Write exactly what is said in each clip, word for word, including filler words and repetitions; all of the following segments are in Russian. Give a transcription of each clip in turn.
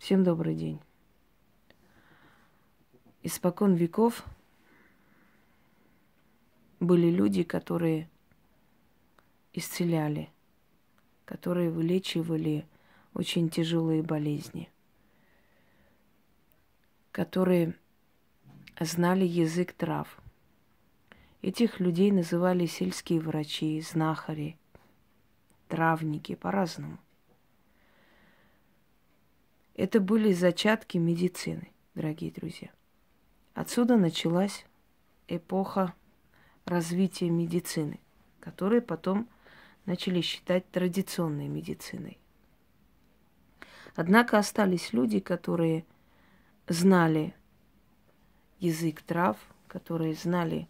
Всем добрый день. Испокон веков были люди, которые исцеляли, которые вылечивали очень тяжелые болезни, которые знали язык трав. Этих людей называли сельские врачи, знахари, травники, по-разному. Это были зачатки медицины, дорогие друзья. Отсюда началась эпоха развития медицины, которую потом начали считать традиционной медициной. Однако остались люди, которые знали язык трав, которые знали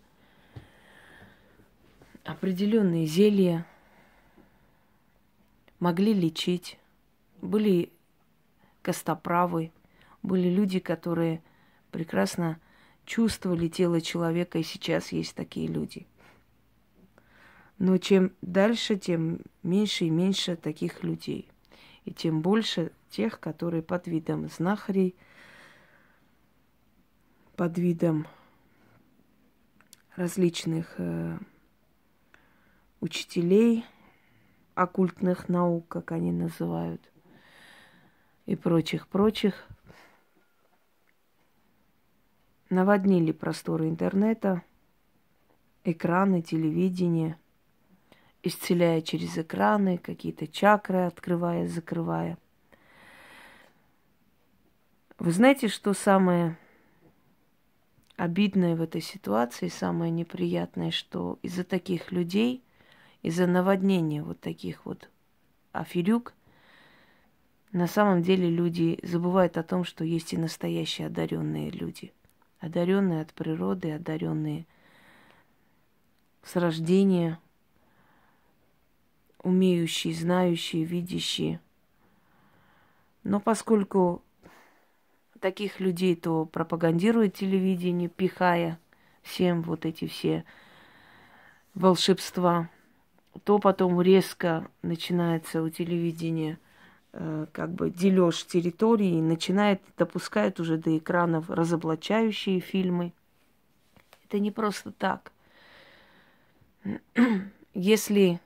определенные зелья, могли лечить, были костоправы, были люди, которые прекрасно чувствовали тело человека, и сейчас есть такие люди. Но чем дальше, тем меньше и меньше таких людей. И тем больше тех, которые под видом знахарей, под видом различных э, учителей, оккультных наук, как они называют, и прочих-прочих, наводнили просторы интернета, экраны, телевидение, исцеляя через экраны, какие-то чакры открывая, закрывая. Вы знаете, что самое обидное в этой ситуации, самое неприятное, что из-за таких людей, из-за наводнения вот таких вот аферюк, на самом деле люди забывают о том, что есть и настоящие одаренные люди. Одаренные от природы, одаренные с рождения, умеющие, знающие, видящие. Но поскольку таких людей то пропагандирует телевидение, пихая всем вот эти все волшебства, то потом резко начинается у телевидения э, как бы дележ территории, и начинает, допускает уже до экранов разоблачающие фильмы. Это не просто так. Если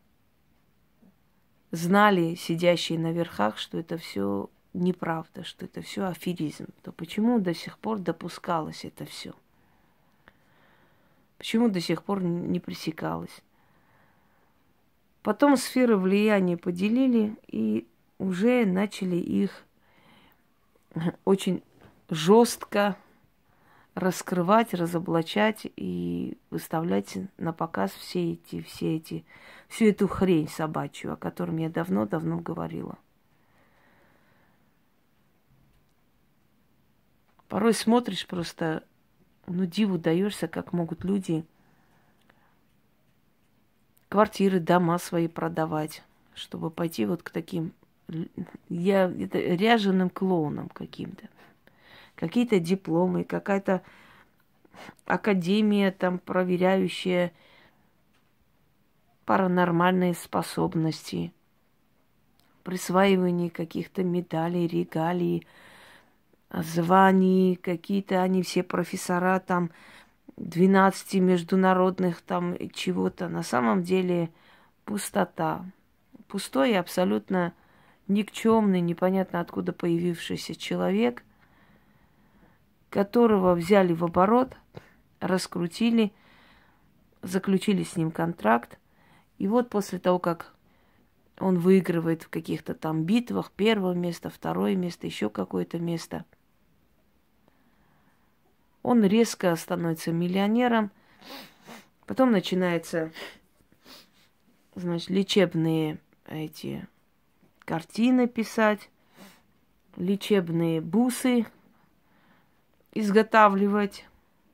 знали сидящие на верхах, что это все неправда, что это все аферизм, то почему до сих пор допускалось это все? Почему до сих пор не пресекалось? Потом сферы влияния поделили и уже начали их очень жестко раскрывать, разоблачать и выставлять на показ все эти, все эти, всю эту хрень собачью, о которой я давно-давно говорила. Порой смотришь просто, ну, диву даешься, как могут люди квартиры, дома свои продавать, чтобы пойти вот к таким, я, это, ряженым клоунам каким-то. Какие-то дипломы, какая-то академия там, проверяющая паранормальные способности, присваивание каких-то медалей, регалий, званий, какие-то они все профессора там двенадцати международных там чего-то. На самом деле пустота. Пустой и абсолютно никчемный, непонятно откуда появившийся человек, которого взяли в оборот, раскрутили, заключили с ним контракт. И вот после того, как он выигрывает в каких-то там битвах, первое место, второе место, еще какое-то место, он резко становится миллионером. Потом начинаются, значит, лечебные эти картины писать, лечебные бусы изготавливать.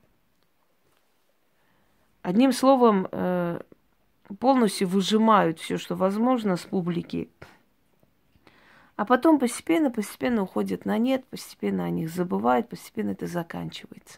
Одним словом, полностью выжимают все, что возможно с публики. А потом постепенно, постепенно уходят на нет, постепенно о них забывают, постепенно это заканчивается.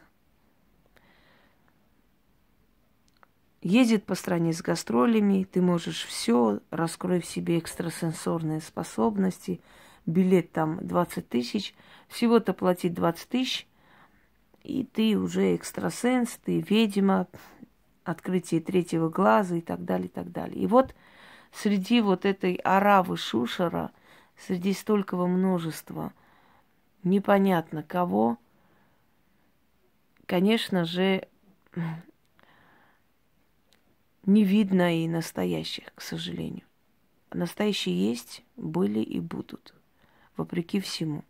Ездит по стране с гастролями, ты можешь все, раскрой в себе экстрасенсорные способности, билет там двадцать тысяч, всего-то платить двадцать тысяч, и ты уже экстрасенс, ты ведьма, открытие третьего глаза и так далее, и так далее. И вот среди вот этой оравы шушера, среди столького множества непонятно кого, конечно же, не видно и настоящих, к сожалению. Настоящие есть, были и будут, вопреки всему.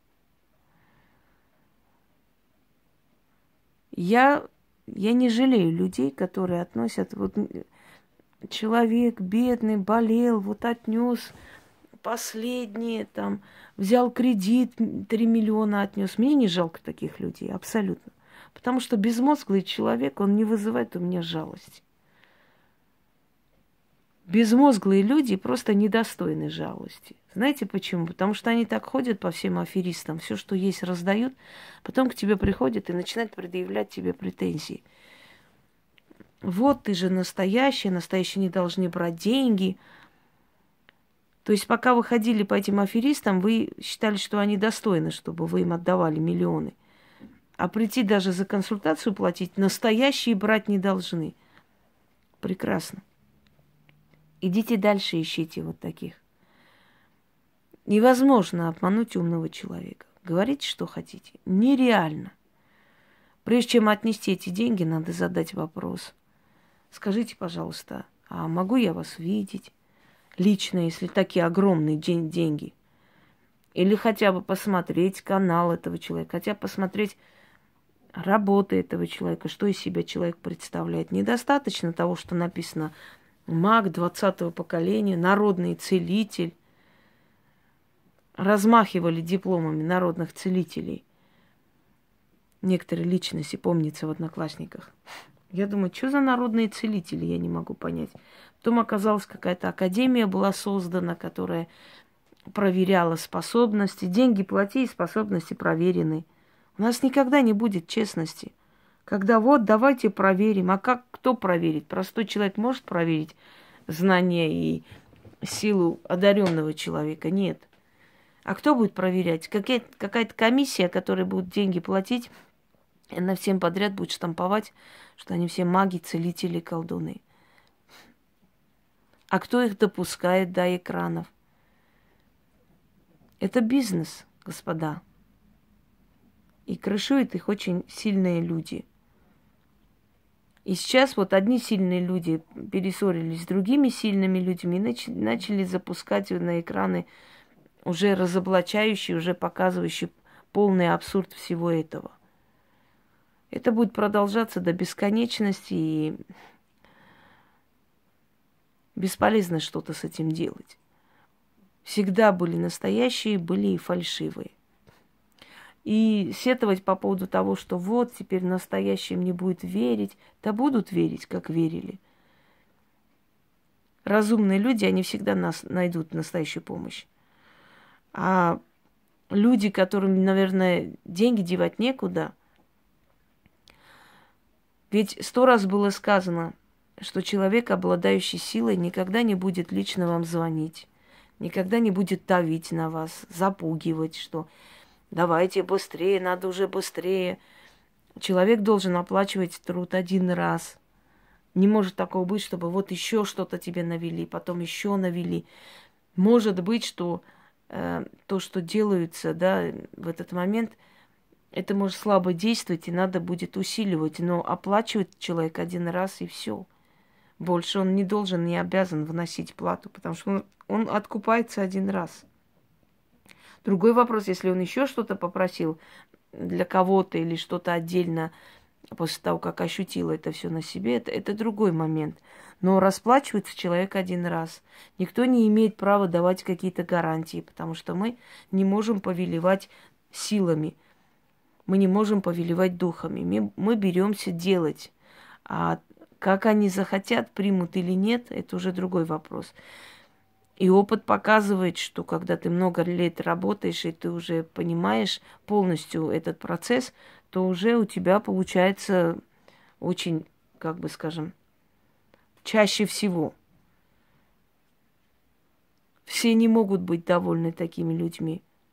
Я, я не жалею людей, которые относят, вот человек бедный, болел, вот отнес последние, там, взял кредит, три миллиона отнес. Мне не жалко таких людей, абсолютно. Потому что безмозглый человек, он не вызывает у меня жалости. Безмозглые люди просто недостойны жалости. Знаете почему? Потому что они так ходят по всем аферистам, все, что есть, раздают, потом к тебе приходят и начинают предъявлять тебе претензии. Вот ты же настоящая, настоящие не должны брать деньги. То есть пока вы ходили по этим аферистам, вы считали, что они достойны, чтобы вы им отдавали миллионы. А прийти даже за консультацию платить настоящие брать не должны. Прекрасно. Идите дальше, ищите вот таких. Невозможно обмануть умного человека. Говорите, что хотите. Нереально. Прежде чем отнести эти деньги, надо задать вопрос. Скажите, пожалуйста, а могу я вас видеть лично, если такие огромные день- деньги? Или хотя бы посмотреть канал этого человека, хотя бы посмотреть работы этого человека, что из себя человек представляет. Недостаточно того, что написано маг двадцатого поколения, народный целитель. Размахивали дипломами народных целителей. Некоторые личности, помнится, в Одноклассниках. Я думаю, что за народные целители, я не могу понять. Потом оказалось, какая-то академия была создана, которая проверяла способности. Деньги плати, и способности проверены. У нас никогда не будет честности. Когда вот, давайте проверим. А как, кто проверит? Простой человек может проверить знания и силу одаренного человека? Нет. А кто будет проверять? Какая- какая-то комиссия, которая будет деньги платить, и на всем подряд будет штамповать, что они все маги, целители, колдуны. А кто их допускает до экранов? Это бизнес, господа. И крышуют их очень сильные люди. И сейчас вот одни сильные люди перессорились с другими сильными людьми и нач- начали запускать на экраны уже разоблачающие, уже показывающие полный абсурд всего этого. Это будет продолжаться до бесконечности, и бесполезно что-то с этим делать. Всегда были настоящие, были и фальшивые. И сетовать по поводу того, что вот теперь настоящим не будет верить, да будут верить, как верили. Разумные люди, они всегда нас найдут настоящую помощь. А люди, которым, наверное, деньги девать некуда, ведь сто раз было сказано, что человек, обладающий силой, никогда не будет лично вам звонить, никогда не будет давить на вас, запугивать, что давайте быстрее, надо уже быстрее. Человек должен оплачивать труд один раз. Не может такого быть, чтобы вот еще что-то тебе навели, потом еще навели. Может быть, что э, то, что делается, да, в этот момент, это может слабо действовать, и надо будет усиливать. Но оплачивает человек один раз, и все. Больше он не должен, не обязан вносить плату, потому что он, он откупается один раз. Другой вопрос, если он еще что-то попросил для кого-то или что-то отдельно после того, как ощутил это все на себе, это, это другой момент. Но расплачивается человек один раз. Никто не имеет права давать какие-то гарантии, потому что мы не можем повелевать силами, мы не можем повелевать духами. Мы, мы беремся делать. А как они захотят, примут или нет, это уже другой вопрос. И опыт показывает, что когда ты много лет работаешь, и ты уже понимаешь полностью этот процесс, то уже у тебя получается очень, как бы скажем, чаще всего. Все не могут быть довольны такими людьми.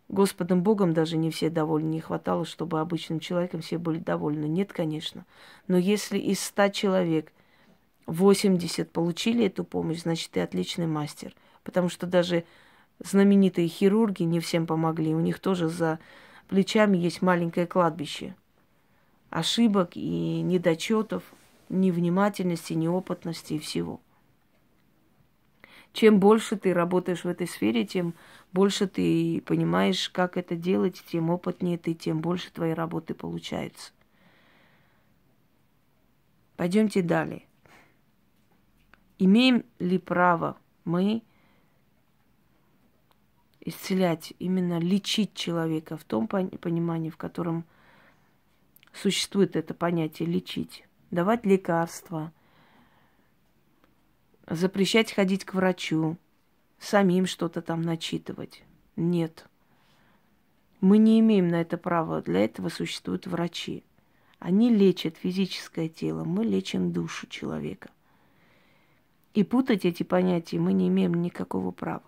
Господом Богом даже не все довольны. Не хватало, чтобы обычным человеком все были довольны. Нет, конечно. Но если из ста человек восемьдесят получили эту помощь, значит, ты отличный мастер. Потому что даже знаменитые хирурги не всем помогли. У них тоже за плечами есть маленькое кладбище ошибок и недочетов, невнимательности, неопытности и всего. Чем больше ты работаешь в этой сфере, тем больше ты понимаешь, как это делать, тем опытнее ты, тем больше твоей работы получается. Пойдемте далее. Имеем ли право мы исцелять, именно лечить человека в том понимании, в котором существует это понятие лечить, давать лекарства, запрещать ходить к врачу, самим что-то там начитывать? Нет. Мы не имеем на это права. Для этого существуют врачи. Они лечат физическое тело, мы лечим душу человека. И путать эти понятия мы не имеем никакого права.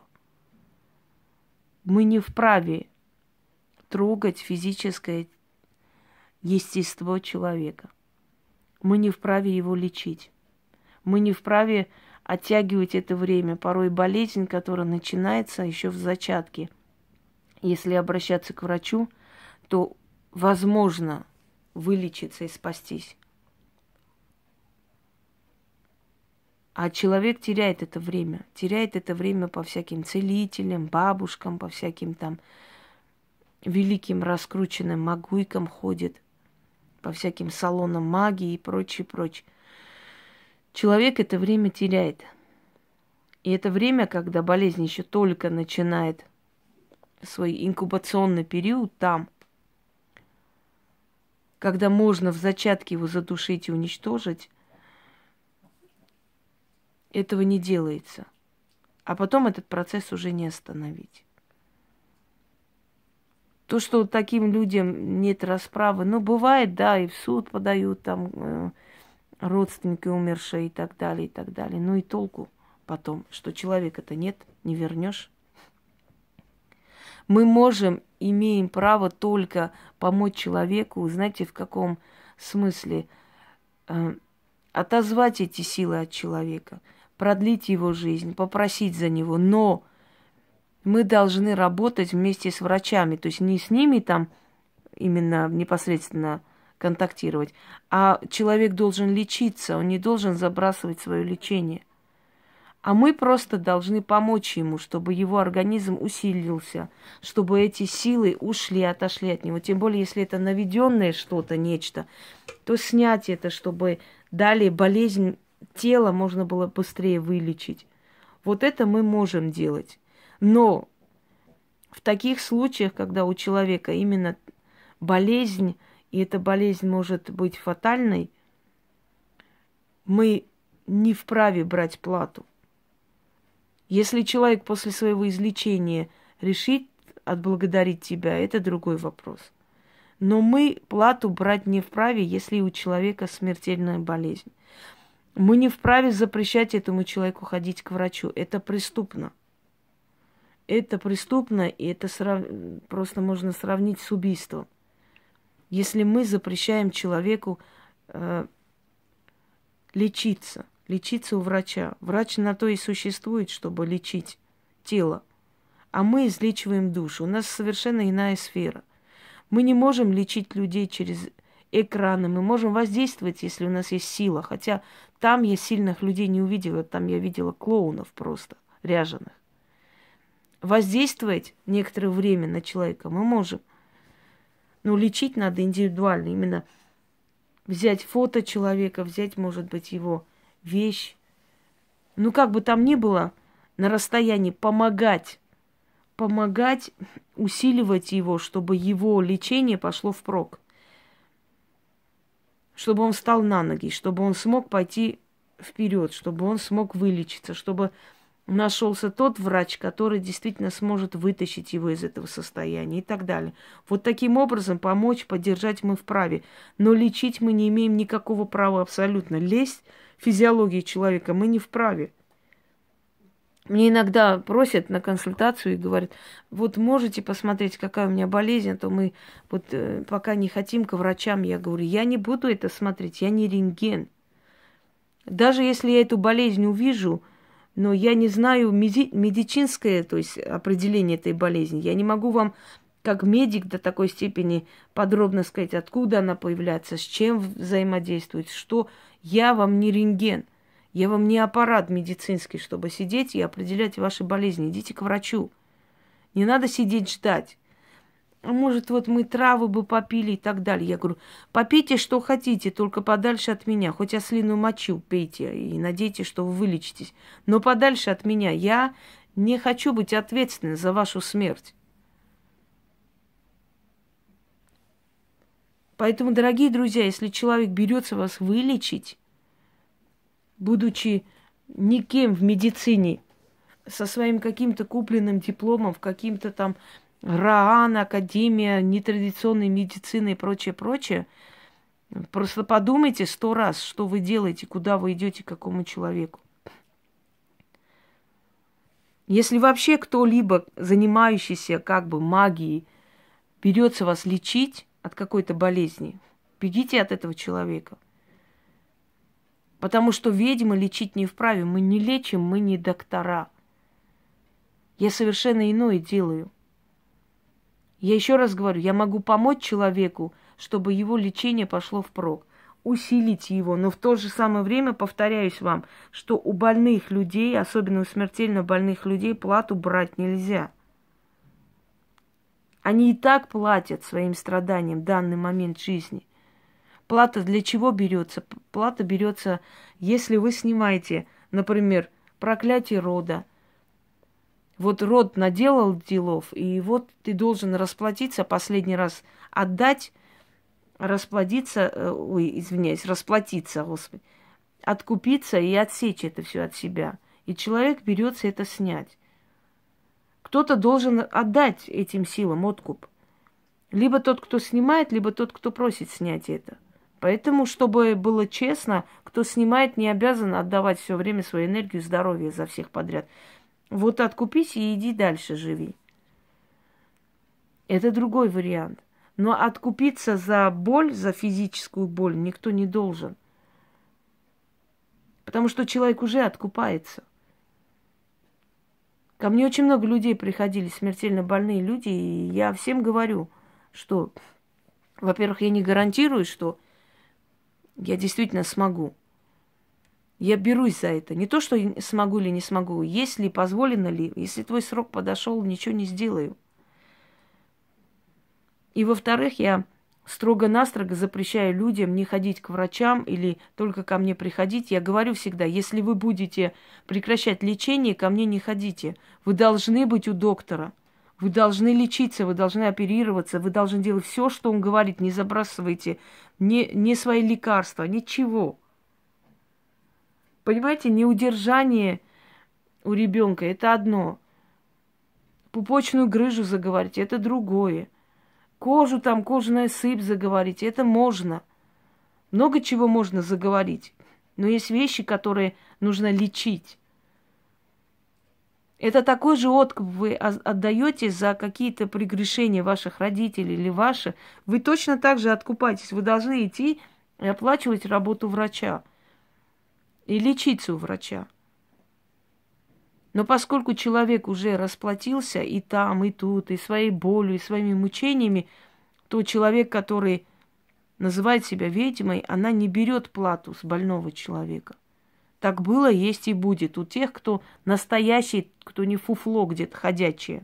Мы не вправе трогать физическое естество человека. Мы не вправе его лечить. Мы не вправе оттягивать это время. Порой болезнь, которая начинается еще в зачатке. Если обращаться к врачу, то возможно вылечиться и спастись. А человек теряет это время. Теряет это время по всяким целителям, бабушкам, по всяким там великим раскрученным магуйкам ходит, по всяким салонам магии и прочее, прочее. Человек это время теряет. И это время, когда болезнь еще только начинает свой инкубационный период там, когда можно в зачатке его задушить и уничтожить, этого не делается. А потом этот процесс уже не остановить. То, что таким людям нет расправы, ну, бывает, да, и в суд подают там э, родственники умершие и так далее, и так далее. Ну и толку потом, что человека-то нет, не вернешь. Мы можем, имеем право только помочь человеку, знаете, в каком смысле? Э, отозвать эти силы от человека, продлить его жизнь, попросить за него, но мы должны работать вместе с врачами, то есть не с ними там именно непосредственно контактировать, а человек должен лечиться, он не должен забрасывать свое лечение. А мы просто должны помочь ему, чтобы его организм усилился, чтобы эти силы ушли, отошли от него. Тем более, если это наведенное что-то, нечто, то снять это, чтобы далее болезнь тела можно было быстрее вылечить. Вот это мы можем делать. Но в таких случаях, когда у человека именно болезнь, и эта болезнь может быть фатальной, мы не вправе брать плату. Если человек после своего излечения решит отблагодарить тебя, это другой вопрос. Но мы плату брать не вправе, если у человека смертельная болезнь. Мы не вправе запрещать этому человеку ходить к врачу. Это преступно. Это преступно, и это срав... просто можно сравнить с убийством. Если мы запрещаем человеку э, лечиться, лечиться у врача. Врач на то и существует, чтобы лечить тело. А мы излечиваем душу. У нас совершенно иная сфера. Мы не можем лечить людей через экраны. Мы можем воздействовать, если у нас есть сила. Хотя там я сильных людей не увидела. Там я видела клоунов просто, ряженых. Воздействовать некоторое время на человека мы можем. Но лечить надо индивидуально. Именно взять фото человека, взять, может быть, его вещь. Ну, как бы там ни было, на расстоянии помогать. Помогать, усиливать его, чтобы его лечение пошло впрок. Чтобы он встал на ноги, чтобы он смог пойти вперед, чтобы он смог вылечиться, чтобы нашелся тот врач, который действительно сможет вытащить его из этого состояния и так далее. Вот таким образом помочь, поддержать мы вправе. Но лечить мы не имеем никакого права абсолютно. Лезть в физиологию человека мы не вправе. Мне иногда просят на консультацию и говорят, вот можете посмотреть, какая у меня болезнь, а то мы вот э, пока не хотим к врачам. Я говорю, я не буду это смотреть, я не рентген. Даже если я эту болезнь увижу, но я не знаю меди- медицинское, то есть определение этой болезни, я не могу вам, как медик, до такой степени подробно сказать, откуда она появляется, с чем взаимодействует, что я вам не рентген. Я вам не аппарат медицинский, чтобы сидеть и определять ваши болезни. Идите к врачу. Не надо сидеть ждать. А может, вот мы травы бы попили и так далее. Я говорю, попейте, что хотите, только подальше от меня. Хоть ослиную мочу пейте и надейтесь, что вы вылечитесь. Но подальше от меня. Я не хочу быть ответственной за вашу смерть. Поэтому, дорогие друзья, если человек берется вас вылечить, будучи никем в медицине, со своим каким-то купленным дипломом, в каким-то там РААН, Академия нетрадиционной медицины и прочее, прочее, просто подумайте сто раз, что вы делаете, куда вы идете, к какому человеку. Если вообще кто-либо, занимающийся как бы магией, берется вас лечить от какой-то болезни, бегите от этого человека. Потому что ведьмы лечить не вправе. Мы не лечим, мы не доктора. Я совершенно иное делаю. Я еще раз говорю, я могу помочь человеку, чтобы его лечение пошло впрок, усилить его, но в то же самое время повторяюсь вам, что у больных людей, особенно у смертельно больных людей, плату брать нельзя. Они и так платят своим страданиям в данный момент жизни. Плата для чего берется? Плата берется, если вы снимаете, например, проклятие рода. Вот род наделал делов, и вот ты должен расплатиться, последний раз отдать, расплодиться, ой, извиняюсь, расплатиться, Господи, откупиться и отсечь это все от себя. И человек берется это снять. Кто-то должен отдать этим силам откуп. Либо тот, кто снимает, либо тот, кто просит снять это. Поэтому, чтобы было честно, кто снимает, не обязан отдавать все время свою энергию, здоровье за всех подряд. Вот откупись и иди дальше, живи. Это другой вариант. Но откупиться за боль, за физическую боль никто не должен. Потому что человек уже откупается. Ко мне очень много людей приходили, смертельно больные люди, и я всем говорю, что, во-первых, я не гарантирую, что я действительно смогу. Я берусь за это. Не то, что смогу или не смогу. Есть ли, позволено ли. Если твой срок подошел, ничего не сделаю. И, во-вторых, я строго-настрого запрещаю людям не ходить к врачам или только ко мне приходить. Я говорю всегда, если вы будете прекращать лечение, ко мне не ходите. Вы должны быть у доктора. Вы должны лечиться, вы должны оперироваться, вы должны делать все, что он говорит. Не забрасывайте ни, ни свои лекарства, ничего. Понимаете, неудержание у ребенка это одно. Пупочную грыжу заговорить это другое. Кожу там, кожаная сыпь заговорить это можно. Много чего можно заговорить. Но есть вещи, которые нужно лечить. Это такой же откуп вы отдаете за какие-то прегрешения ваших родителей или ваши. Вы точно так же откупаетесь. Вы должны идти и оплачивать работу врача. И лечиться у врача. Но поскольку человек уже расплатился и там, и тут, и своей болью, и своими мучениями, то человек, который называет себя ведьмой, она не берет плату с больного человека. Так было, есть и будет. У тех, кто настоящий, кто не фуфло где-то ходячее.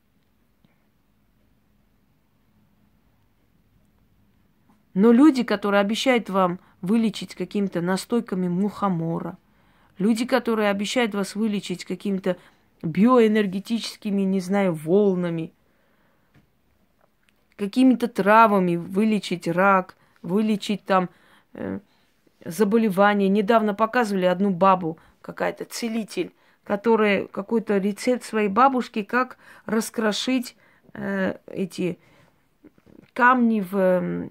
Но люди, которые обещают вам вылечить какими-то настойками мухомора, люди, которые обещают вас вылечить какими-то биоэнергетическими, не знаю, волнами, какими-то травами вылечить рак, вылечить там э, заболевания. Недавно показывали одну бабу, какая-то целитель, которая какой-то рецепт своей бабушки, как раскрошить э, эти камни в э,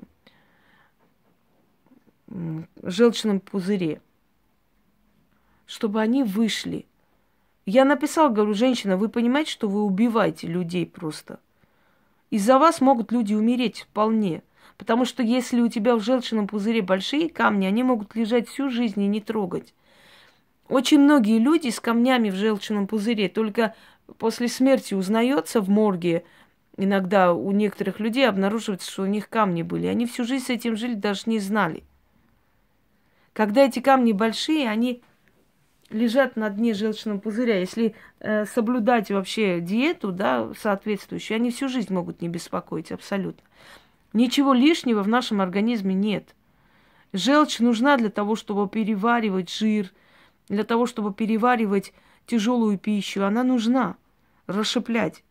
желчном пузыре, чтобы они вышли. Я написала, говорю, женщина, вы понимаете, что вы убиваете людей просто? Из-за вас могут люди умереть вполне. Потому что если у тебя в желчном пузыре большие камни, они могут лежать всю жизнь и не трогать. Очень многие люди с камнями в желчном пузыре только после смерти узнается в морге. Иногда у некоторых людей обнаруживается, что у них камни были. Они всю жизнь с этим жили, даже не знали. Когда эти камни большие, они лежат на дне желчного пузыря. Если э, соблюдать вообще диету, да, соответствующую, они всю жизнь могут не беспокоить абсолютно. Ничего лишнего в нашем организме нет. Желчь нужна для того, чтобы переваривать жир, для того, чтобы переваривать тяжелую пищу. Она нужна расщеплять.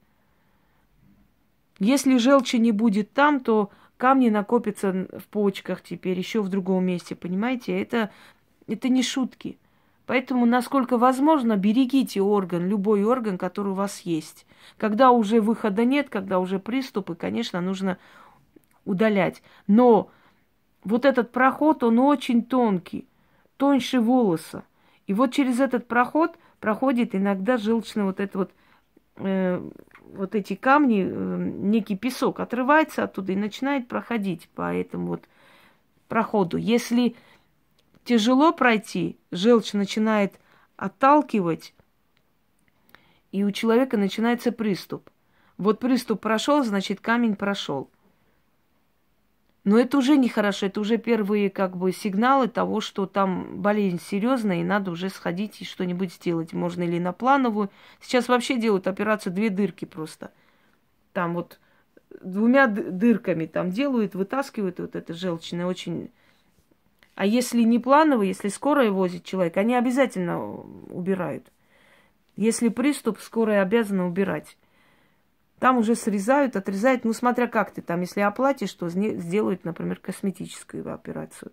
Если желчи не будет там, то камни накопятся в почках теперь, еще в другом месте, понимаете? Это, это не шутки. Поэтому, насколько возможно, берегите орган, любой орган, который у вас есть. Когда уже выхода нет, когда уже приступы, конечно, нужно удалять. Но вот этот проход, он очень тонкий, тоньше волоса. И вот через этот проход проходит иногда желчный вот это вот, э, вот эти камни, э, некий песок отрывается оттуда и начинает проходить по этому вот проходу. Если тяжело пройти, желчь начинает отталкивать, и у человека начинается приступ. Вот приступ прошел, значит, камень прошел. Но это уже нехорошо, это уже первые как бы сигналы того, что там болезнь серьезная, и надо уже сходить и что-нибудь сделать. Можно или на плановую. Сейчас вообще делают операцию две дырки просто. Там вот двумя дырками там делают, вытаскивают вот это желчное очень. А если не плановый, если скорая возит человека, они обязательно убирают. Если приступ, скорая обязана убирать. Там уже срезают, отрезают, ну, смотря как ты там. Если оплатишь, то сделают, например, косметическую операцию.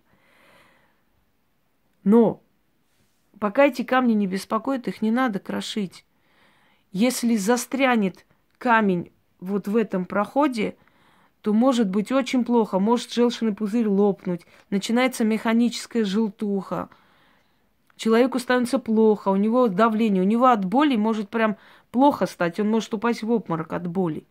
Но пока эти камни не беспокоят, их не надо крошить. Если застрянет камень вот в этом проходе, то может быть очень плохо. Может желчный пузырь лопнуть. Начинается механическая желтуха. Человеку становится плохо, у него давление, у него от боли может прям плохо стать, он может упасть в обморок от боли.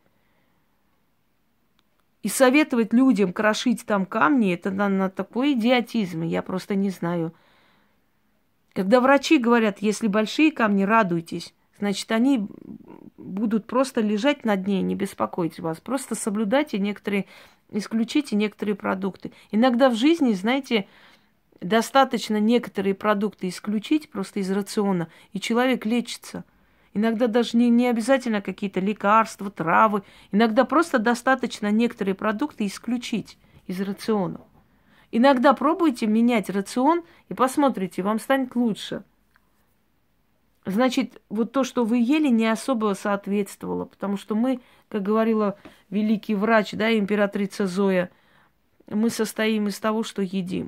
И советовать людям крошить там камни, это на, на такой идиотизм, я просто не знаю. Когда врачи говорят, если большие камни, радуйтесь, значит, они будут просто лежать на дне, не беспокойтесь вас. Просто соблюдайте некоторые, исключите некоторые продукты. Иногда в жизни, знаете, достаточно некоторые продукты исключить просто из рациона, и человек лечится. Иногда даже не, не обязательно какие-то лекарства, травы. Иногда просто достаточно некоторые продукты исключить из рациона. Иногда пробуйте менять рацион и посмотрите, вам станет лучше. Значит, вот то, что вы ели, не особо соответствовало, потому что мы, как говорила великий врач, да, императрица Зоя, мы состоим из того, что едим.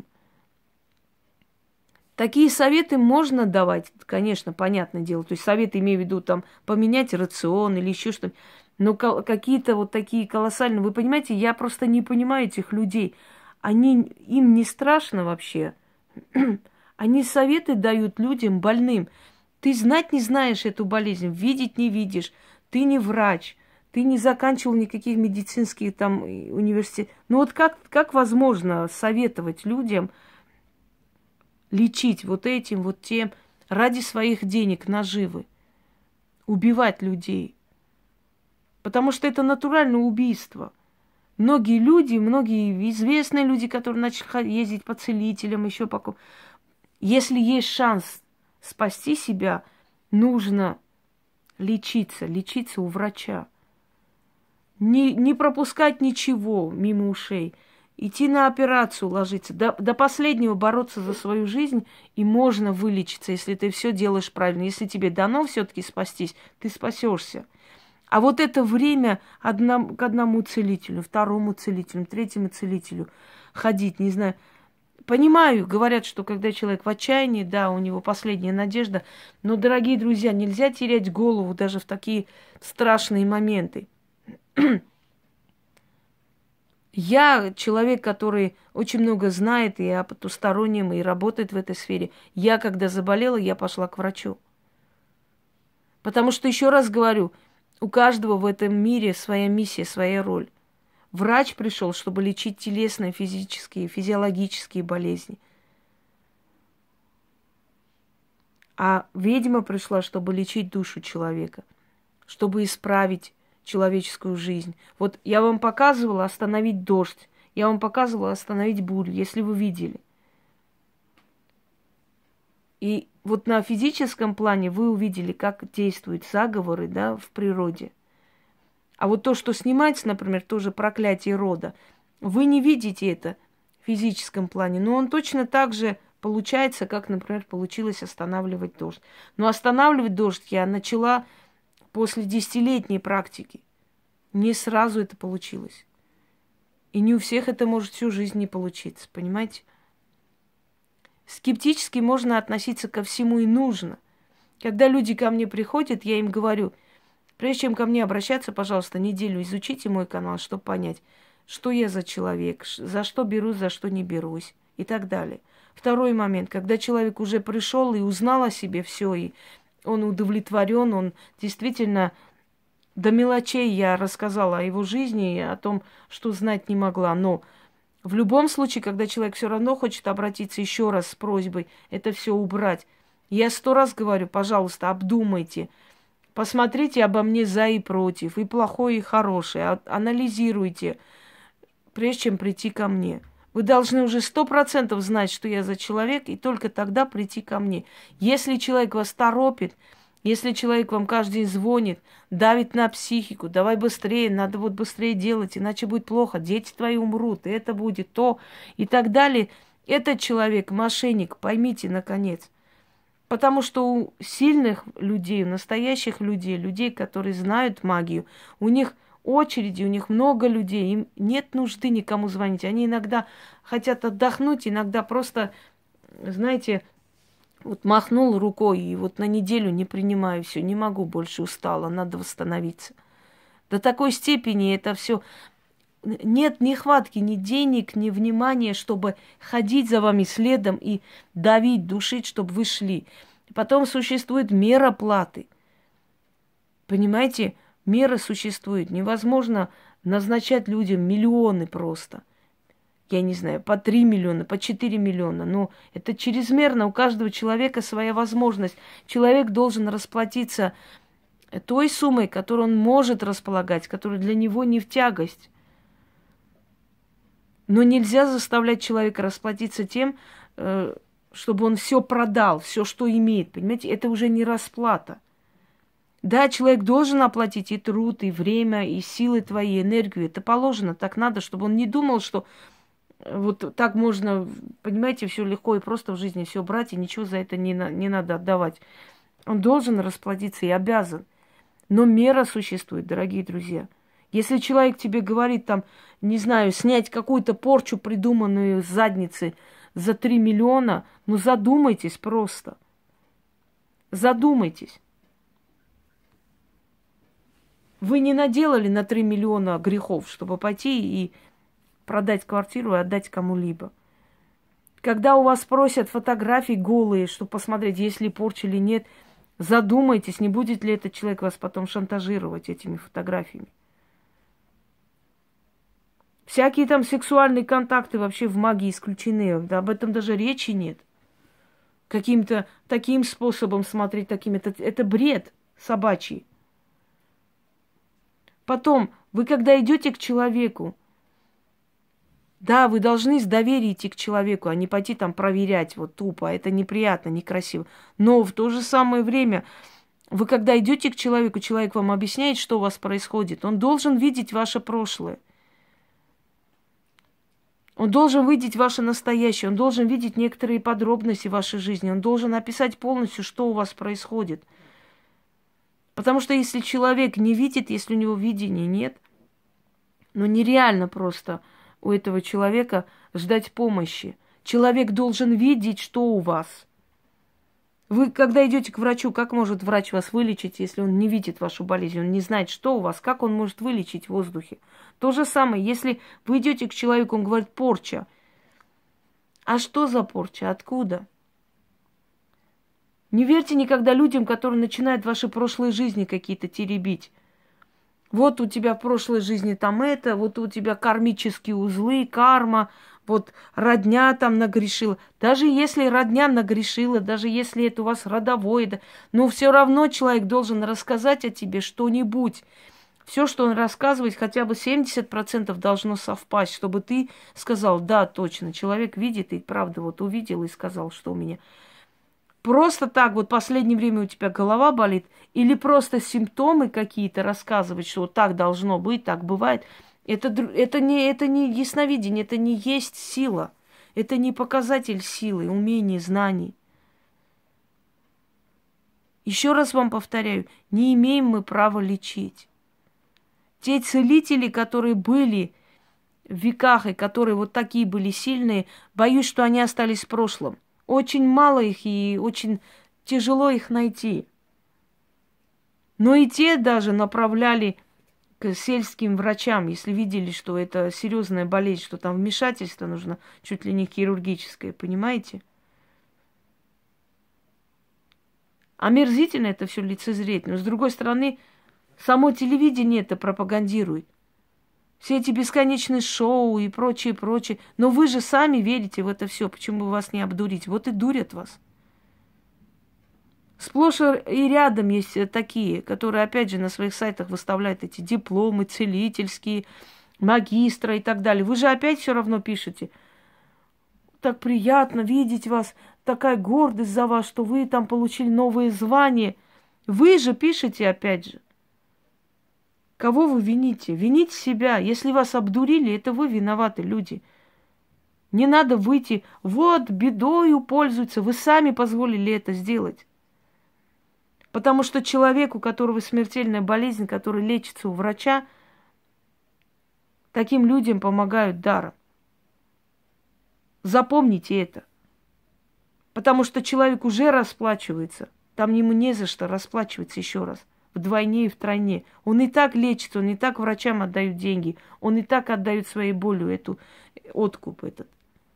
Такие советы можно давать, конечно, понятное дело. То есть советы, имею в виду, там, поменять рацион или еще что-то. Но какие-то вот такие колоссальные... Вы понимаете, я просто не понимаю этих людей. Они, им не страшно вообще. Они советы дают людям больным. Ты знать не знаешь эту болезнь, видеть не видишь. Ты не врач, ты не заканчивал никаких медицинских там университетов. Ну вот как, как возможно советовать людям лечить вот этим, вот тем, ради своих денег, наживы, убивать людей? Потому что это натуральное убийство. Многие люди, многие известные люди, которые начали ездить по целителям, еще по... Если есть шанс спасти себя, нужно лечиться, лечиться у врача. Не, не пропускать ничего мимо ушей. Идти на операцию, ложиться, до, до последнего бороться за свою жизнь, и можно вылечиться, если ты все делаешь правильно. Если тебе дано все-таки спастись, ты спасешься. А вот это время одному, к одному целителю, второму целителю, третьему целителю ходить, не знаю. Понимаю, говорят, что когда человек в отчаянии, да, у него последняя надежда. Но, дорогие друзья, нельзя терять голову даже в такие страшные моменты. Я человек, который очень много знает и о потустороннем, и работает в этой сфере. Я, когда заболела, я пошла к врачу. Потому что, еще раз говорю, у каждого в этом мире своя миссия, своя роль. Врач пришел, чтобы лечить телесные, физические, физиологические болезни. А ведьма пришла, чтобы лечить душу человека, чтобы исправить человеческую жизнь. Вот я вам показывала остановить дождь, я вам показывала остановить бурю, если вы видели. И вот на физическом плане вы увидели, как действуют заговоры, да, в природе. А вот то, что снимается, например, тоже проклятие рода, вы не видите это в физическом плане, но он точно так же получается, как, например, получилось останавливать дождь. Но останавливать дождь я начала после десятилетней практики. Не сразу это получилось. И не у всех это может всю жизнь не получиться, понимаете? Скептически можно относиться ко всему и нужно. Когда люди ко мне приходят, я им говорю, прежде чем ко мне обращаться, пожалуйста, неделю изучите мой канал, чтобы понять, что я за человек, за что берусь, за что не берусь и так далее. Второй момент, когда человек уже пришел и узнал о себе все, и он удовлетворен, он действительно до мелочей я рассказала о его жизни и о том, что знать не могла. Но в любом случае, когда человек все равно хочет обратиться еще раз с просьбой это все убрать, я сто раз говорю, пожалуйста, обдумайте, посмотрите обо мне за и против, и плохое, и хорошее, анализируйте, прежде чем прийти ко мне. Вы должны уже сто процентов знать, что я за человек, и только тогда прийти ко мне. Если человек вас торопит, если человек вам каждый день звонит, давит на психику, давай быстрее, надо вот быстрее делать, иначе будет плохо, дети твои умрут, и это будет то, и так далее. Этот человек мошенник, поймите, наконец. Потому что у сильных людей, у настоящих людей, людей, которые знают магию, у них очереди, у них много людей, им нет нужды никому звонить. Они иногда хотят отдохнуть, иногда просто, знаете, вот махнул рукой, и вот на неделю не принимаю все, не могу больше, устала, надо восстановиться. До такой степени это все... Нет ни хватки, ни денег, ни внимания, чтобы ходить за вами следом и давить, душить, чтобы вы шли. Потом существует мера платы. Понимаете, мера существует. Невозможно назначать людям миллионы просто. Я не знаю, по три миллиона, по четыре миллиона. Но это чрезмерно. У каждого человека своя возможность. Человек должен расплатиться той суммой, которую он может располагать, которая для него не в тягость. Но нельзя заставлять человека расплатиться тем, чтобы он все продал, все, что имеет. Понимаете, это уже не расплата. Да, человек должен оплатить и труд, и время, и силы твои, и энергию. Это положено, так надо, чтобы он не думал, что вот так можно, понимаете, все легко и просто в жизни все брать, и ничего за это не, на, не надо отдавать. Он должен расплатиться и обязан. Но мера существует, дорогие друзья. Если человек тебе говорит, там, не знаю, снять какую-то порчу, придуманную с задницы за три миллиона, ну задумайтесь просто. Задумайтесь. Вы не наделали на три миллиона грехов, чтобы пойти и продать квартиру и отдать кому-либо. Когда у вас просят фотографии голые, чтобы посмотреть, есть ли порча или нет, задумайтесь, не будет ли этот человек вас потом шантажировать этими фотографиями. Всякие там сексуальные контакты вообще в магии исключены. Да, об этом даже речи нет. Каким-то таким способом смотреть, таким, это, это бред собачий. Потом, вы когда идете к человеку, да, вы должны с доверием идти к человеку, а не пойти там проверять вот тупо. Это неприятно, некрасиво. Но в то же самое время, вы когда идете к человеку, человек вам объясняет, что у вас происходит. Он должен видеть ваше прошлое. Он должен видеть ваше настоящее, он должен видеть некоторые подробности вашей жизни, он должен описать полностью, что у вас происходит. Потому что если человек не видит, если у него видения нет, ну нереально просто у этого человека ждать помощи. Человек должен видеть, что у вас. Вы, когда идете к врачу, как может врач вас вылечить, если он не видит вашу болезнь, он не знает, что у вас, как он может вылечить в воздухе? То же самое, если вы идете к человеку, он говорит порча. А что за порча? Откуда? Не верьте никогда людям, которые начинают ваши прошлые жизни какие-то теребить. Вот у тебя в прошлой жизни там это, вот у тебя кармические узлы, карма, вот родня там нагрешила. Даже если родня нагрешила, даже если это у вас родовое, да, но все равно человек должен рассказать о тебе что-нибудь. Все, что он рассказывает, хотя бы семьдесят процентов должно совпасть, чтобы ты сказал, да, точно, человек видит и правда вот увидел и сказал, что у меня. Просто так вот в последнее время у тебя голова болит, или просто симптомы какие-то рассказывать, что вот так должно быть, так бывает, это, это, не, это не ясновидение, это не есть сила. Это не показатель силы, умений, знаний. Еще раз вам повторяю, не имеем мы права лечить. Те целители, которые были в веках и которые вот такие были сильные, боюсь, что они остались в прошлом. Очень мало их и очень тяжело их найти. Но и те даже направляли к сельским врачам, если видели, что это серьезная болезнь, что там вмешательство нужно, чуть ли не хирургическое, понимаете? Омерзительно это все лицезреть, но с другой стороны, само телевидение это пропагандирует. Все эти бесконечные шоу и прочее, прочее. Но вы же сами верите в это все. Почему бы вас не обдурить? Вот и дурят вас. Сплошь и рядом есть такие, которые, опять же, на своих сайтах выставляют эти дипломы целительские, магистра и так далее. Вы же опять все равно пишете. Так приятно видеть вас, такая гордость за вас, что вы там получили новые звания. Вы же пишете опять же. Кого вы вините? Вините себя. Если вас обдурили, это вы виноваты, люди. Не надо выйти, вот, бедою пользуются. Вы сами позволили это сделать. Потому что человек, у которого смертельная болезнь, который лечится у врача, таким людям помогают даром. Запомните это. Потому что человек уже расплачивается. Там ему не за что расплачиваться еще раз. Вдвойне и втройне. Он и так лечится, он и так врачам отдает деньги, он и так отдает своей болью эту откуп этот.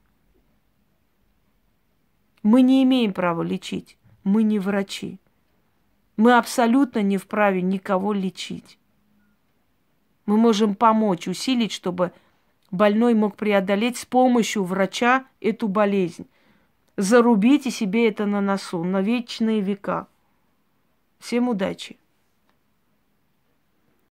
Мы не имеем права лечить, мы не врачи. Мы абсолютно не вправе никого лечить. Мы можем помочь, усилить, чтобы больной мог преодолеть с помощью врача эту болезнь. Зарубите себе это на носу на вечные века. Всем удачи!